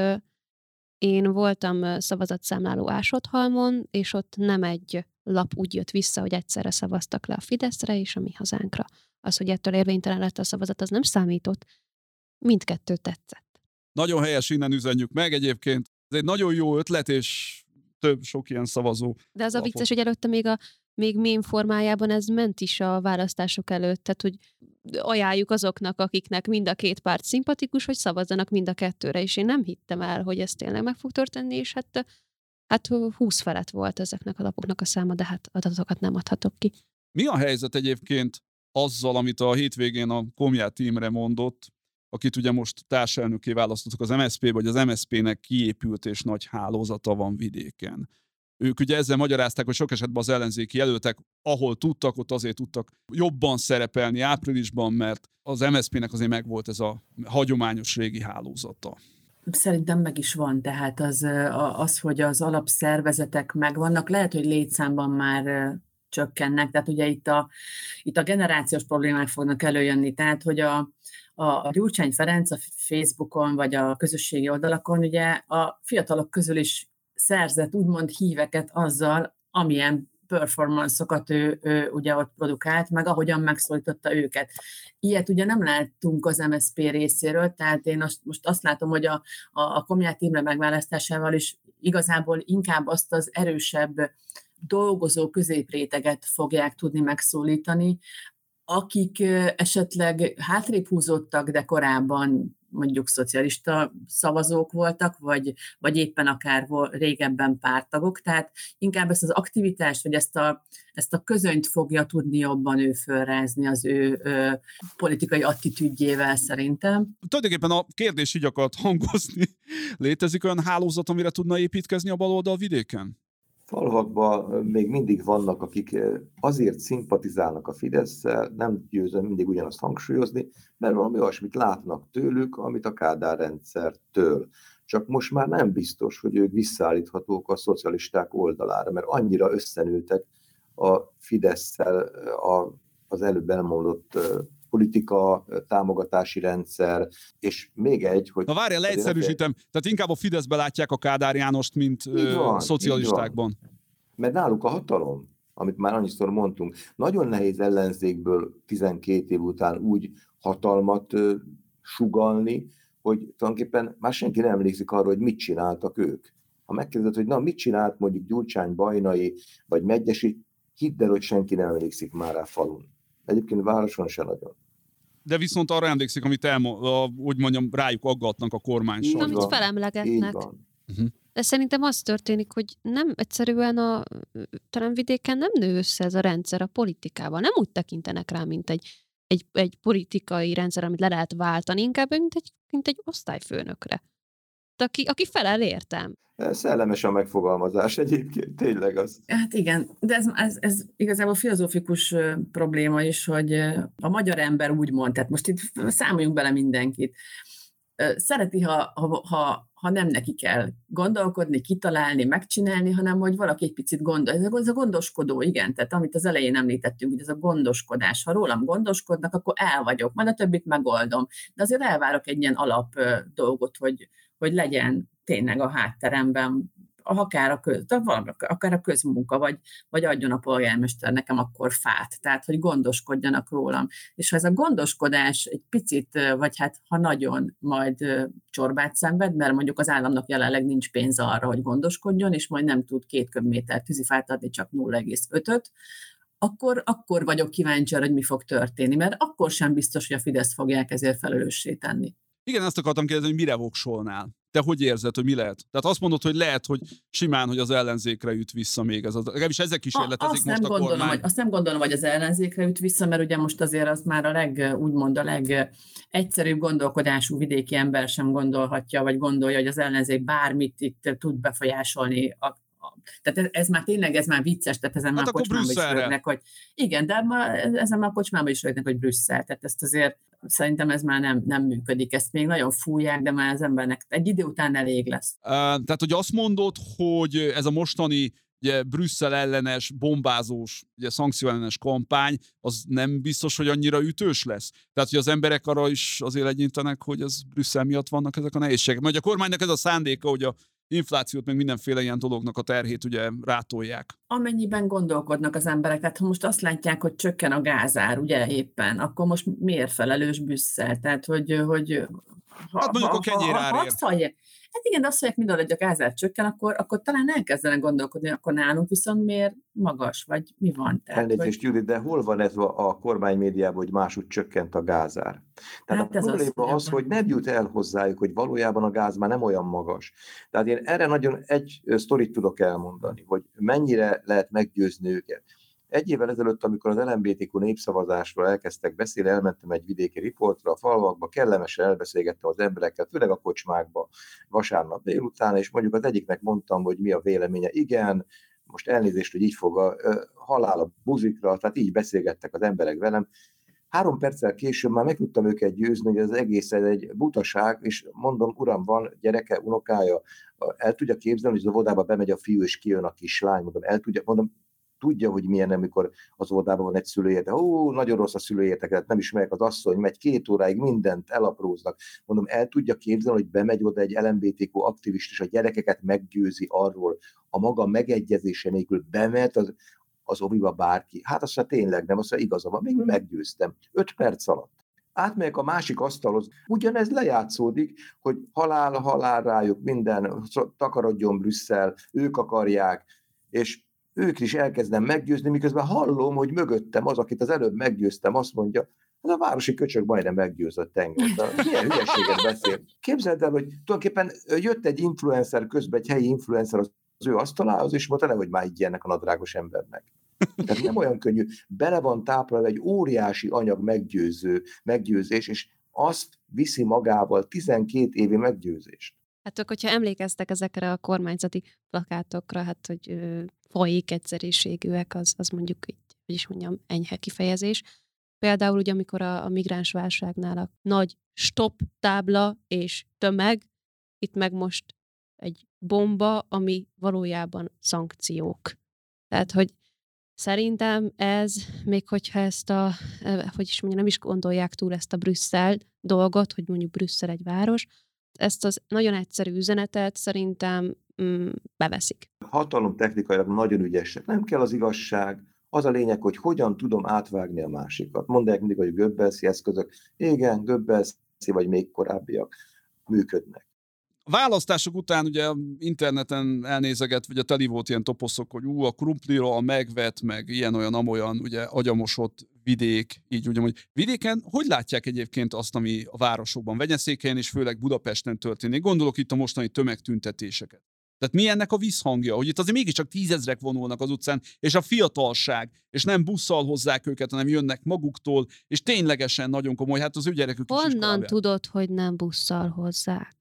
én voltam szavazatszámláló Ásodhalmon, és ott nem egy lap úgy jött vissza, hogy egyszerre szavaztak le a Fideszre és a Mi Hazánkra. Az, hogy ettől érvénytelen lett a szavazat, az nem számított. Mindkettő tetszett. Nagyon helyes, innen üzenjük meg egyébként. Ez egy nagyon jó ötlet, és sok ilyen szavazó. De az a vicces, hogy előtte még mém formájában ez ment is a választások előtt, tehát hogy ajánljuk azoknak, akiknek mind a két párt szimpatikus, hogy szavazzanak mind a kettőre, és én nem hittem el, hogy ez tényleg meg fog történni, és hát 20 felett volt ezeknek a lapoknak a száma, de hát adatokat nem adhatok ki. Mi a helyzet egyébként azzal, amit a hétvégén a Komját Imre mondott, akit ugye most társelnökké választottak az MSZP, vagy az MSZP-nek kiépült és nagy hálózata van vidéken. Ők ugye ezzel magyarázták, hogy sok esetben az ellenzéki jelöltek, ahol tudtak, ott azért tudtak jobban szerepelni áprilisban, mert az MSZP-nek azért megvolt ez a hagyományos régi hálózata. Szerintem meg is van, tehát az, hogy az alapszervezetek megvannak, lehet, hogy létszámban már csökkennek, tehát ugye itt a generációs problémák fognak előjönni, tehát hogy a Gyurcsány Ferenc a Facebookon, vagy a közösségi oldalakon ugye a fiatalok közül is szerzett úgymond híveket azzal, amilyen performance-okat ő ugye ott produkált, meg ahogyan megszólította őket. Ilyet ugye nem láttunk az MSZP részéről, tehát én most azt látom, hogy a Komját Imre megválasztásával is igazából inkább azt az erősebb dolgozó középréteget fogják tudni megszólítani, akik esetleg hátrébb húzódtak, de korábban mondjuk szocialista szavazók voltak, vagy éppen akár régebben párttagok, tehát inkább ezt az aktivitást, vagy ezt a közönyt fogja tudni jobban ő fölrázni az ő politikai attitűdjével szerintem. Tulajdonképpen a kérdés így akart hangozni. Létezik olyan hálózat, amire tudna építkezni a baloldal vidéken? Falvakban még mindig vannak, akik azért szimpatizálnak a Fidesszel, nem győzöm mindig ugyanazt hangsúlyozni, mert valami olyasmit látnak tőlük, amit a Kádár rendszertől. Csak most már nem biztos, hogy ők visszaállíthatók a szocialisták oldalára, mert annyira összenültek a Fidesszel az előbb elmondott politika, támogatási rendszer, és még egy, hogy... Na várjál, leegyszerűsítem, tehát inkább a Fideszbe látják a Kádár Jánost, mint szocialistákban. Mert náluk a hatalom, amit már annyiszor mondtunk, nagyon nehéz ellenzékből 12 év után úgy hatalmat sugallni, hogy tulajdonképpen már senki nem emlékszik arra, hogy mit csináltak ők. Ha megkérdezed, hogy na, mit csinált mondjuk Gyurcsány, Bajnai, vagy Medgyessy, hidd el, hogy senki nem emlékszik már rá falun. Egyébként városon se nagyon. De viszont arra emlékszik, amit úgy mondjam, rájuk aggatnak a kormányson. Amit felemlegetnek. De szerintem az történik, hogy nem egyszerűen talán vidéken nem nő össze ez a rendszer a politikával. Nem úgy tekintenek rá, mint egy politikai rendszer, amit le lehet váltani, inkább mint egy osztályfőnökre. Aki felel értem. Szellemes a megfogalmazás egyébként, tényleg az. Hát igen, de ez igazából filozófikus probléma is, hogy a magyar ember úgy mond, tehát most itt számoljunk bele mindenkit. Szereti, ha nem neki kell gondolkodni, kitalálni, megcsinálni, hanem hogy valaki egy picit gondol. Ez a gondoskodó, igen, tehát amit az elején említettünk, hogy ez a gondoskodás. Ha rólam gondoskodnak, akkor el vagyok, majd a többit megoldom. De azért elvárok egy ilyen alap dolgot, hogy legyen tényleg a hátteremben, akár a közmunka, vagy adjon a polgármester nekem akkor fát, tehát hogy gondoskodjanak rólam. És ha ez a gondoskodás egy picit, vagy hát ha nagyon majd csorbát szenved, mert mondjuk az államnak jelenleg nincs pénz arra, hogy gondoskodjon, és majd nem tud 2 köbméter tűzifát adni, csak 0,5-öt, akkor vagyok kíváncsi arra, hogy mi fog történni, mert akkor sem biztos, hogy a Fideszt fogják ezért felelőssé tenni. Igen, ezt akartam kérdezni, hogy mire voksolnál? Te hogy érzed, hogy mi lehet? Tehát azt mondod, hogy lehet, hogy simán, hogy az ellenzékre üt vissza még ez. Legalábbis ezek kísérletezik most a kormány. Azt nem gondolom, hogy az ellenzékre üt vissza, mert ugye most azért az már a legegyszerűbb gondolkodású vidéki ember sem gondolhatja, vagy gondolja, hogy az ellenzék bármit itt tud befolyásolni. Tehát ez már vicces, tehát ezen már kocsmába is rögnek, hogy igen, de ezen már kocsmába is rögnek, hogy Brüsszel. Tehát ezt azért szerintem ez már nem működik. Ezt még nagyon fújják, de már az embernek egy idő után elég lesz. Tehát, hogy azt mondod, hogy ez a mostani ugye, Brüsszel ellenes, bombázós, ugye, szankcióellenes kampány, az nem biztos, hogy annyira ütős lesz. Tehát, hogy az emberek arra is azért legyintenek, hogy ez Brüsszel miatt vannak ezek a nehézségek. Mert a kormánynak ez a szándéka, hogy a inflációt, meg mindenféle ilyen dolognak a terhét ugye rátolják. Amennyiben gondolkodnak az emberek, tehát ha most azt látják, hogy csökken a gázár, ugye éppen, akkor most miért felelős Brüsszel? Tehát, hogy hát mondjuk a kenyérárért. Hát igen, de azt mondják, mindegy, hogy a gázár csökken, akkor talán elkezdenek gondolkodni, akkor nálunk viszont miért magas, vagy mi van? Elnézést, Judit, de hol van ez a kormánymédiában, hogy máshogy csökkent a gázár? Tehát hát a probléma az, hogy nem jut el hozzájuk, hogy valójában a gáz már nem olyan magas. Tehát én erre nagyon egy sztorit tudok elmondani, hogy mennyire lehet meggyőzni őket. 1 évvel ezelőtt, amikor az LMBTQ népszavazásról elkezdtek beszélni, elmentem egy vidéki riportra a falvakba, kellemesen elbeszélgettem az emberekkel, főleg a kocsmákba vasárnap délután, és mondjuk az egyiknek mondtam, hogy mi a véleménye. Igen, most elnézést, hogy így fog a halál a buzikra, tehát így beszélgettek az emberek velem. 3 perccel később már meg tudtam őket győzni, hogy ez egész egy butaság, és mondom, uram, van gyereke, unokája, el tudja képzelni, hogy az óvodába bemegy a fiú, és kijön a kislány, tudja, hogy milyen, amikor az óvodában van egy szülőérte. Nagyon rossz a szülőérteket, nem ismerek az asszony, megy 2 óráig, mindent elapróznak. Mondom, el tudja képzelni, hogy bemegy oda egy LMBTQ aktivist, és a gyerekeket meggyőzi arról, a maga megegyezése nélkül bemet az oviba bárki. Hát azt mondja, tényleg nem, azt mondja, igaza van, még meggyőztem. 5 perc alatt. Átmegyek a másik asztalhoz, ugyanez lejátszódik, hogy halál rájuk minden, takarodjon Brüsszel, ők akarják, és ők is elkezdem meggyőzni, miközben hallom, hogy mögöttem az, akit az előbb meggyőztem, azt mondja, ez a városi köcsög majdnem meggyőzött engem. Milyen hülyeséget beszél. Képzeld el, hogy tulajdonképpen jött egy influencer közben, egy helyi influencer az ő asztalához, és mondta, nehogy már így ennek a nadrágos embernek. Tehát nem olyan könnyű. Bele van táplálva egy óriási anyag meggyőzés, és azt viszi magával 12 évi meggyőzést. Hát hogyha emlékeztek ezekre a kormányzati plakátokra, hát hogy folyik egyszerűségűek, az mondjuk így, hogy is mondjam, enyhe kifejezés. Például ugye, amikor a migráns válságnál a nagy stop tábla és tömeg, itt meg most egy bomba, ami valójában szankciók. Tehát, hogy szerintem ez, még hogyha ezt nem is gondolják túl ezt a Brüsszel dolgot, hogy mondjuk Brüsszel egy város, ezt az nagyon egyszerű üzenetet szerintem beveszik. Hatalom technikailag nagyon ügyesek. Nem kell az igazság, az a lényeg, hogy hogyan tudom átvágni a másikat. Mondják mindig, hogy Goebbelszi eszközök. Igen, Goebbelszi vagy még korábbiak működnek. A választások után ugye interneten elnézeget, vagy a teli volt ilyen toposzok, hogy a krumplira, a megvet, meg ilyen-olyan-amolyan ugye agyamosott vidék, így ugye, hogy vidéken hogy látják egyébként azt, ami a városokban, Vegyeszékhelyen és főleg Budapesten történik? Gondolok itt a mostani tömegtüntetéseket. Tehát mi ennek a visszhangja, hogy itt azért mégiscsak 10 000-ek vonulnak az utcán, és a fiatalság, és nem busszal hozzák őket, hanem jönnek maguktól, és ténylegesen nagyon komoly, hát az ő gyerekük is honnan tudod, hogy nem busszal hozzák?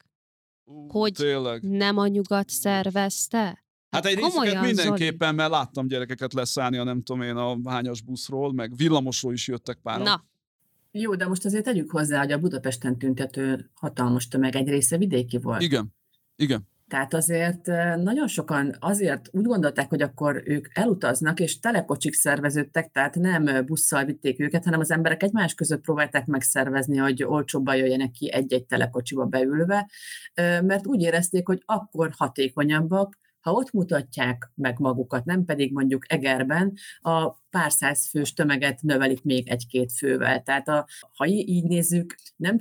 Hogy tényleg. Nem a nyugat szervezte? Hát egy részüket mindenképpen, mert láttam gyerekeket leszállni a nem tudom én a hányas buszról, meg villamosról is jöttek páran. Na. Jó, de most azért tegyük hozzá, hogy a Budapesten tüntető hatalmas tömeg egy része vidéki volt. Igen. Tehát azért nagyon sokan azért úgy gondolták, hogy akkor ők elutaznak, és telekocsik szerveződtek, tehát nem busszal vitték őket, hanem az emberek egymás között próbálták megszervezni, hogy olcsóbban jöjjenek ki egy-egy telekocsiba beülve, mert úgy érezték, hogy akkor hatékonyabbak, ha ott mutatják meg magukat, nem pedig mondjuk Egerben a pár száz fős tömeget növelik még 1-2 fővel. Tehát ha így nézzük,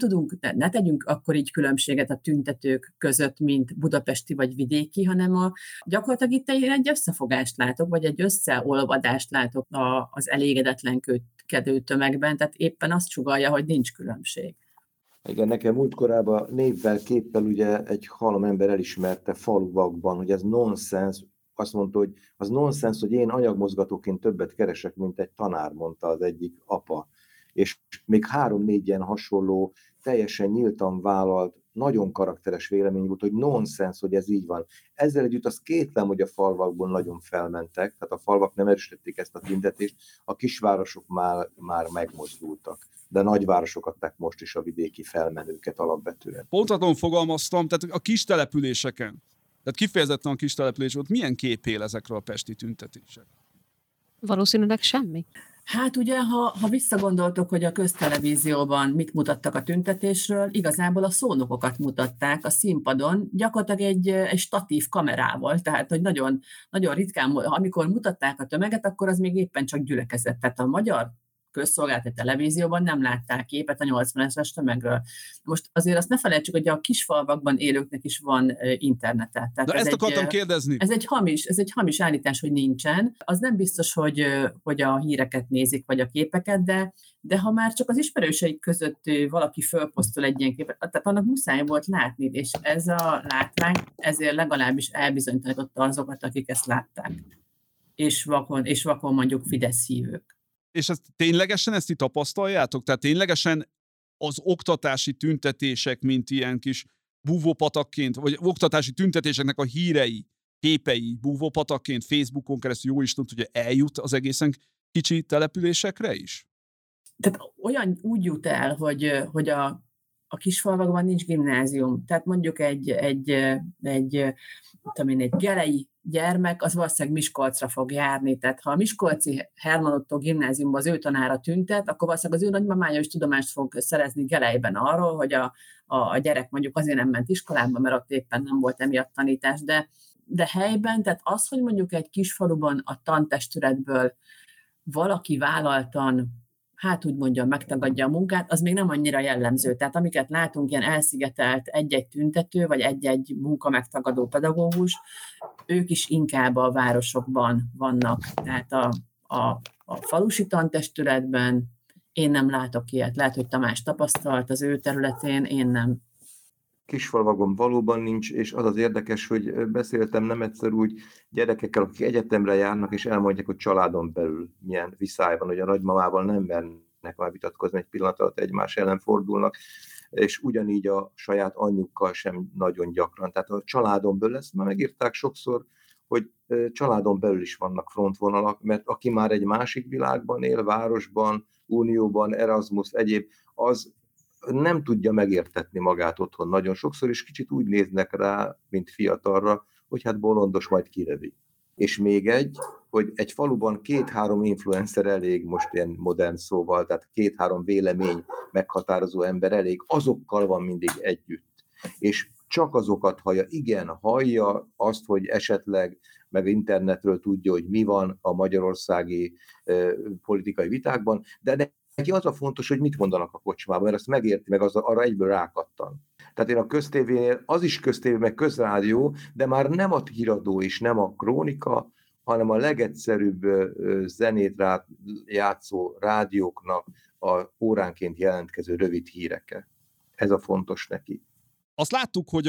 ne tegyünk akkor így különbséget a tüntetők között, mint budapesti vagy vidéki, hanem gyakorlatilag itt egy összefogást látok, vagy egy összeolvadást látok az elégedetlenkedő tömegben, tehát éppen azt sugallja, hogy nincs különbség. Igen, nekem múltkorában névvel, képpel ugye egy halom ember elismerte faluvakban, hogy ez nonsens. Azt mondta, hogy az nonsens, hogy én anyagmozgatóként többet keresek, mint egy tanár, mondta az egyik apa. És még 3-4 ilyen hasonló, teljesen nyíltan vállalt, nagyon karakteres vélemény volt, hogy nonsens, hogy ez így van. Ezzel együtt az kétlem, hogy a falvakból nagyon felmentek, tehát a falvak nem erősítették ezt a tüntetést, a kisvárosok már megmozdultak. De nagyvárosok adták most is a vidéki felmenőket alapvetően. Pontatlan fogalmaztam, tehát a kis településeken, tehát kifejezetten a kis település volt, milyen kép él ezekről a pesti tüntetések? Valószínűleg semmi. Hát ugye, ha visszagondoltok, hogy a köztelevízióban mit mutattak a tüntetésről, igazából a szónokokat mutatták a színpadon, gyakorlatilag egy statív kamerával, tehát hogy nagyon, nagyon ritkán, amikor mutatták a tömeget, akkor az még éppen csak gyülekezett. Tehát a magyar közszolgálati televízióban nem látták képet a 80-es tömegről. Most azért azt ne felejtsük, hogy a kisfalvakban élőknek is van internete. De ezt akartam kérdezni. Ez egy hamis állítás, hogy nincsen. Az nem biztos, hogy a híreket nézik, vagy a képeket, de ha már csak az ismerőseik között valaki fölposztol egy ilyen képet, tehát annak muszáj volt látni, és ez a látvány ezért legalábbis elbizonyította azokat, akik ezt látták. És vakon mondjuk Fidesz hívők. És ezt ténylegesen ezt ti tapasztaljátok? Tehát ténylegesen az oktatási tüntetések, mint ilyen kis búvópatakként, vagy oktatási tüntetéseknek a hírei, képei búvópatakként, Facebookon keresztül jó Isten tudja, eljut az egészen kicsi településekre is? Tehát úgy jut el, hogy a kisfalvakban nincs gimnázium. Tehát mondjuk egy gelei gyermek, az valószínűleg Miskolcra fog járni. Tehát ha a miskolci Herman Ottó gimnáziumban az ő tanára tüntet, akkor valószínűleg az ő nagymamája is tudomást fog szerezni Gelejben arról, hogy a gyerek mondjuk azért nem ment iskolába, mert ott éppen nem volt emiatt tanítás, de helyben, tehát az, hogy mondjuk egy kis faluban a tantestületből valaki vállaltan, hát úgy mondjam, megtagadja a munkát, az még nem annyira jellemző. Tehát amiket látunk, ilyen elszigetelt egy-egy tüntető, vagy egy-egy munkamegtagadó pedagógus, ők is inkább a városokban vannak. Tehát a falusi tantestületben én nem látok ilyet. Lehet, hogy Tamás tapasztalt az ő területén, én nem. Kisfalvakon valóban nincs, és az az érdekes, hogy beszéltem nem egyszer úgy gyerekekkel, akik egyetemre járnak, és elmondják, hogy családon belül milyen viszály van, hogy a nagymamával nem mernek már vitatkozni, egy pillanat alatt egymás ellen fordulnak, és ugyanígy a saját anyjukkal sem nagyon gyakran. Tehát a családon belül, ezt már megírták sokszor, hogy családon belül is vannak frontvonalak, mert aki már egy másik világban él, városban, unióban, Erasmus, egyéb, az nem tudja megértetni magát otthon nagyon sokszor, és kicsit úgy néznek rá, mint fiatalra, hogy hát bolondos, majd kirövi. És még hogy egy faluban 2-3 influencer elég, most ilyen modern szóval, tehát 2-3 vélemény meghatározó ember elég, azokkal van mindig együtt. És csak azokat hallja, igen, hallja azt, hogy esetleg meg internetről tudja, hogy mi van a magyarországi politikai vitákban, de neki az a fontos, hogy mit mondanak a kocsmában, mert azt megérti, meg arra egyből rákattan. Tehát én a köztévénél, az is köztévé, meg közrádió, de már nem a híradó és nem a krónika, hanem a legegyszerűbb zenét játszó rádióknak a óránként jelentkező rövid híreke. Ez a fontos neki. Azt láttuk, hogy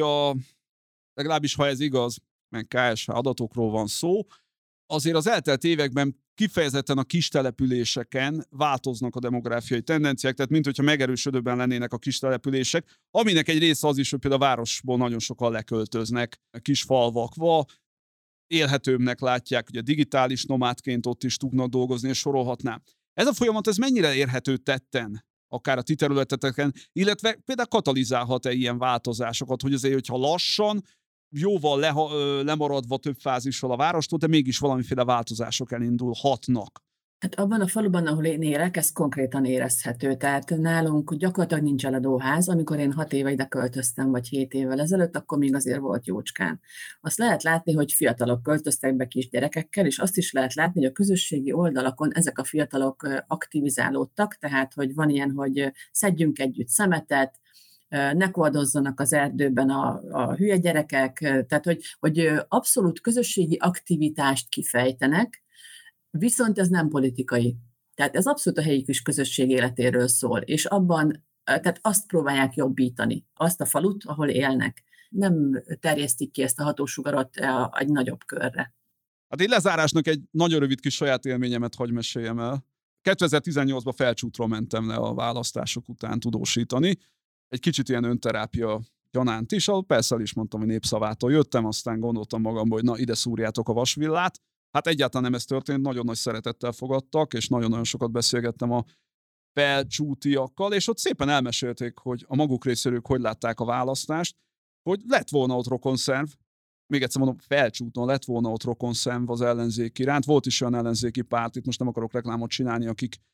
legalábbis ha ez igaz, meg KSH adatokról van szó, azért az eltelt években kifejezetten a kis településeken változnak a demográfiai tendenciák, tehát minthogyha megerősödőben lennének a kis települések, aminek egy része az is, hogy például a városból nagyon sokan leköltöznek kis falvakba, élhetőbbnek látják, hogy a digitális nomádként ott is tudnak dolgozni, és sorolhatnám. Ez a folyamat, ez mennyire érhető tetten, akár a ti területeteken, illetve például katalizálhat-e ilyen változásokat, hogy azért, hogyha lassan, jóval lemaradva több fázissal a várostól, de mégis valamiféle változások elindulhatnak. Hát abban a faluban, ahol én élek, ez konkrétan érezhető. Tehát nálunk gyakorlatilag nincs eladóház. Amikor én 6 éve ide költöztem, vagy 7 évvel ezelőtt, akkor még azért volt jócskán. Azt lehet látni, hogy fiatalok költöztek be kisgyerekekkel, és azt is lehet látni, hogy a közösségi oldalakon ezek a fiatalok aktivizálódtak, tehát hogy van ilyen, hogy szedjünk együtt szemetet, ne kordozzanak az erdőben a hülye gyerekek, tehát hogy abszolút közösségi aktivitást kifejtenek, viszont ez nem politikai. Tehát ez abszolút a helyi kis közösség életéről szól, és abban, tehát azt próbálják jobbítani, azt a falut, ahol élnek. Nem terjesztik ki ezt a hatósugarat egy nagyobb körre. Hát én lezárásnak egy nagyon rövid kis saját élményemet hagy meséljem el. 2018-ban Felcsútról mentem le a választások után tudósítani. Egy kicsit ilyen önterápia gyanánt is, ahol persze is mondtam, hogy Népszavától jöttem, aztán gondoltam magamban, hogy na, ide szúrjátok a vasvillát. Hát egyáltalán nem ez történt, nagyon nagy szeretettel fogadtak, és nagyon-nagyon sokat beszélgettem a felcsútiakkal, és ott szépen elmesélték, hogy a maguk részéről hogy látták a választást, hogy lett volna ott rokonszerv, még egyszer mondom, Felcsúton lett volna ott rokonszerv az ellenzék iránt. Volt is olyan ellenzéki párt, itt most nem akarok reklámot csinálni,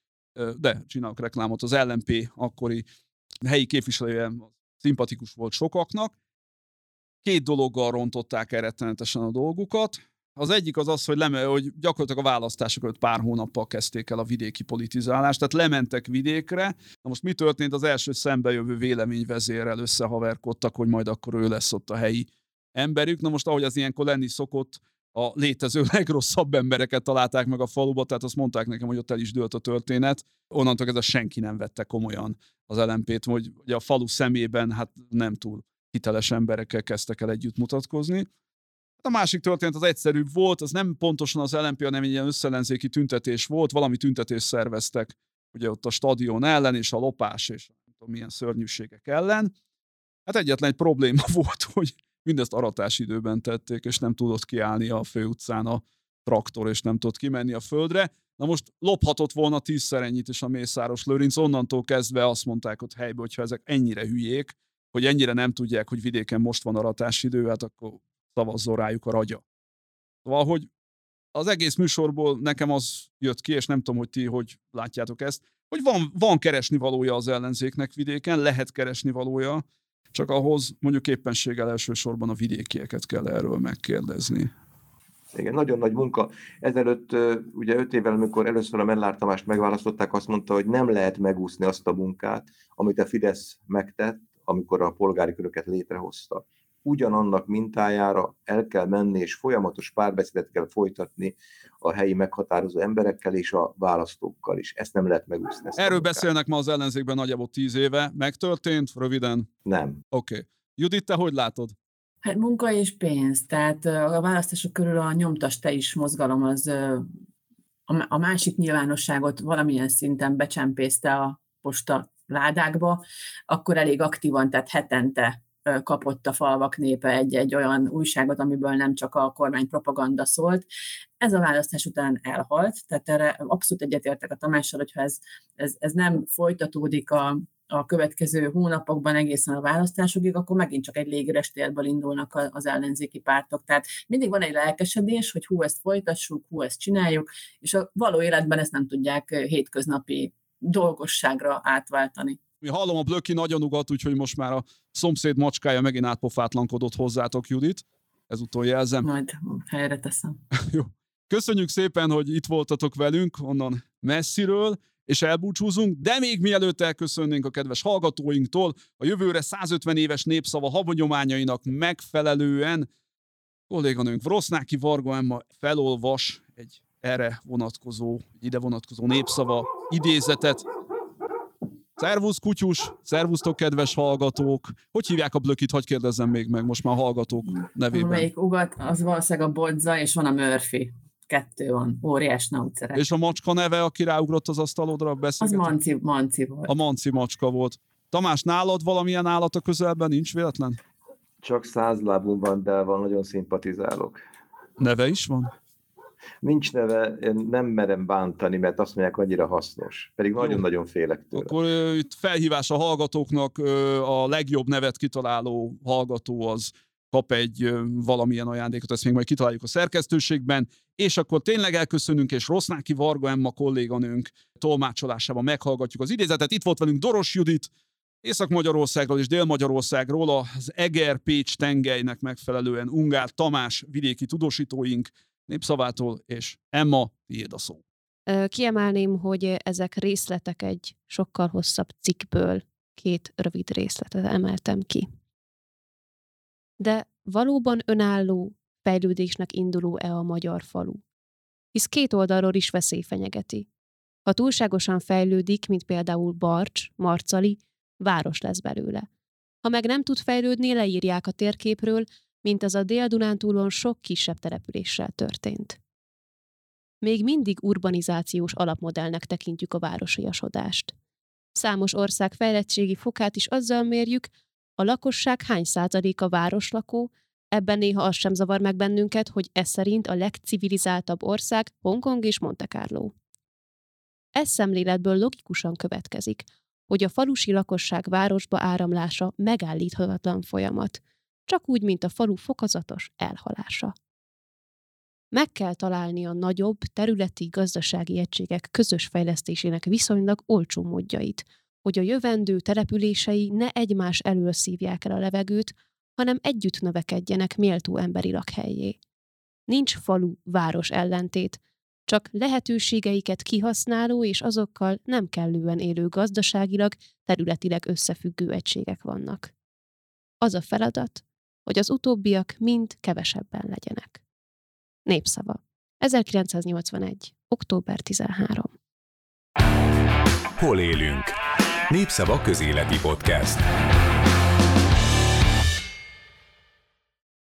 de csinálok reklámot, az LMP akkori helyi képviselője szimpatikus volt sokaknak. 2 dologgal rontották el rettenetesen a dolgukat. Az egyik az, hogy gyakorlatilag a választások előtt pár hónappal kezdték el a vidéki politizálást, tehát lementek vidékre. Na most mi történt? Az első szembejövő véleményvezérrel összehaverkodtak, hogy majd akkor ő lesz ott a helyi emberük. Na most ahogy az ilyenkor lenni szokott, a létező legrosszabb embereket találták meg a faluba, tehát azt mondták nekem, hogy ott el is dőlt a történet. Onnantól kezdve senki nem vette komolyan az LMP-t, hogy a falu szemében hát nem túl hiteles emberekkel kezdtek el együtt mutatkozni. A másik történet az egyszerűbb volt, az nem pontosan az LMP, hanem egy ilyen összellenzéki tüntetés volt, valami tüntetést szerveztek ugye ott a stadion ellen, és a lopás, és nem tudom milyen szörnyűségek ellen. Hát egyetlen egy probléma volt, hogy mindezt aratás időben tették, és nem tudott kiállni a főutcán a traktor, és nem tudott kimenni a földre. Na most lophatott volna 10-szer ennyit is a Mészáros Lőrinc, onnantól kezdve azt mondták ott helyben, hogyha ezek ennyire hülyék, hogy ennyire nem tudják, hogy vidéken most van aratási idő, hát akkor szavazzon rájuk a ragya. Szóval, hogy az egész műsorból nekem az jött ki, és nem tudom, hogy ti hogy látjátok ezt, hogy van keresnivalója az ellenzéknek vidéken, lehet keresnivalója, Csak ahhoz mondjuk éppenséggel elsősorban a vidékieket kell erről megkérdezni. Igen, nagyon nagy munka. Ezelőtt, ugye 5 évvel, amikor először a Mellár Tamást megválasztották, azt mondta, hogy nem lehet megúszni azt a munkát, amit a Fidesz megtett, amikor a polgári köröket létrehozta. Ugyanannak mintájára el kell menni, és folyamatos párbeszédet kell folytatni a helyi meghatározó emberekkel és a választókkal is. Ezt nem lehet megúszni. Erről beszélnek ma az ellenzékben nagyjából 10 éve. Megtörtént? Röviden? Nem. Oké. Judit, te hogy látod? Hát munka és pénz, tehát a választások körül a nyomtas te is mozgalom az a másik nyilvánosságot valamilyen szinten becsempészte a posta ládákba, akkor elég aktívan, tehát hetente kapott a falvak népe egy olyan újságot, amiből nem csak a kormány propaganda szólt. Ez a választás után elhalt, tehát erre abszolút egyetértek a Tamással, hogyha ez nem folytatódik a következő hónapokban egészen a választásokig, akkor megint csak egy légüres térből indulnak az ellenzéki pártok. Tehát mindig van egy lelkesedés, hogy hú, ezt folytassuk, hú, ezt csináljuk, és a való életben ezt nem tudják hétköznapi dolgosságra átváltani. Hallom, a Blöki nagyon ugat, úgyhogy most már a szomszéd macskája megint átpofátlankodott hozzátok, Judit. Ezúttal jelzem. Majd helyre teszem. Jó. Köszönjük szépen, hogy itt voltatok velünk onnan messziről, és elbúcsúzunk, de még mielőtt elköszönnénk a kedves hallgatóinktól, a jövőre 150 éves népszava havanyományainak megfelelően kolléganőnk Vrosznáki Varga Emma felolvas egy ide vonatkozó népszava idézetet. Szervusz, kutyus! Szervusztok, kedves hallgatók! Hogy hívják a Blökit? Hadd kérdezzem még meg most már a hallgatók nevében. Amelyik ugat, az valószínűleg a Bodza, és van a Murphy. 2 van. Óriás naucerek. És a macska neve, aki ráugrott az asztalodra? Az Manci volt. A Manci macska volt. Tamás, nálad valamilyen állat a közelben? Nincs véletlen? Csak 100 lábunk van, de van, nagyon szimpatizálok. Neve is van? Nincs neve, én nem merem bántani, mert azt mondják, annyira hasznos. Pedig nagyon-nagyon félek tőle. Akkor itt felhívás a hallgatóknak, a legjobb nevet kitaláló hallgató az kap egy valamilyen ajándékot, ezt még majd kitaláljuk a szerkesztőségben, és akkor tényleg elköszönünk, és Vrosznáki Varga Emma kolléganőnk tolmácsolásában meghallgatjuk az idézetet. Itt volt velünk Doros Judit, Észak-Magyarországról és Dél-Magyarországról, az Eger-Pécs tengelynek megfelelően Ungár Tamás vidéki tudósítóink Népszavától, és Emma, tiéd a szó. Kiemelném, hogy ezek részletek egy sokkal hosszabb cikkből, 2 rövid részletet emeltem ki. De valóban önálló fejlődésnek induló-e a magyar falu? Hisz 2 oldalról is veszély fenyegeti. Ha túlságosan fejlődik, mint például Barcs, Marcali, város lesz belőle. Ha meg nem tud fejlődni, leírják a térképről, mint az a Dél-Dunántúlon sok kisebb településsel történt. Még mindig urbanizációs alapmodellnek tekintjük a városiasodást. Számos ország fejlettségi fokát is azzal mérjük, a lakosság hány százaléka városlakó, ebben néha az sem zavar meg bennünket, hogy ez szerint a legcivilizáltabb ország Hongkong és Monte Carlo. Ez szemléletből logikusan következik, hogy a falusi lakosság városba áramlása megállíthatatlan folyamat, csak úgy, mint a falu fokozatos elhalása. Meg kell találni a nagyobb területi gazdasági egységek közös fejlesztésének viszonylag olcsó módjait, hogy a jövendő települései ne egymás elől szívják el a levegőt, hanem együtt növekedjenek méltó emberi lakhelyé. Nincs falu-város ellentét, csak lehetőségeiket kihasználó és azokkal nem kellően élő gazdaságilag, területileg összefüggő egységek vannak. Az a feladat, hogy az utóbbiak mind kevesebben legyenek. Népszava. 1981. október 13. Hol élünk? Népszava közéleti podcast.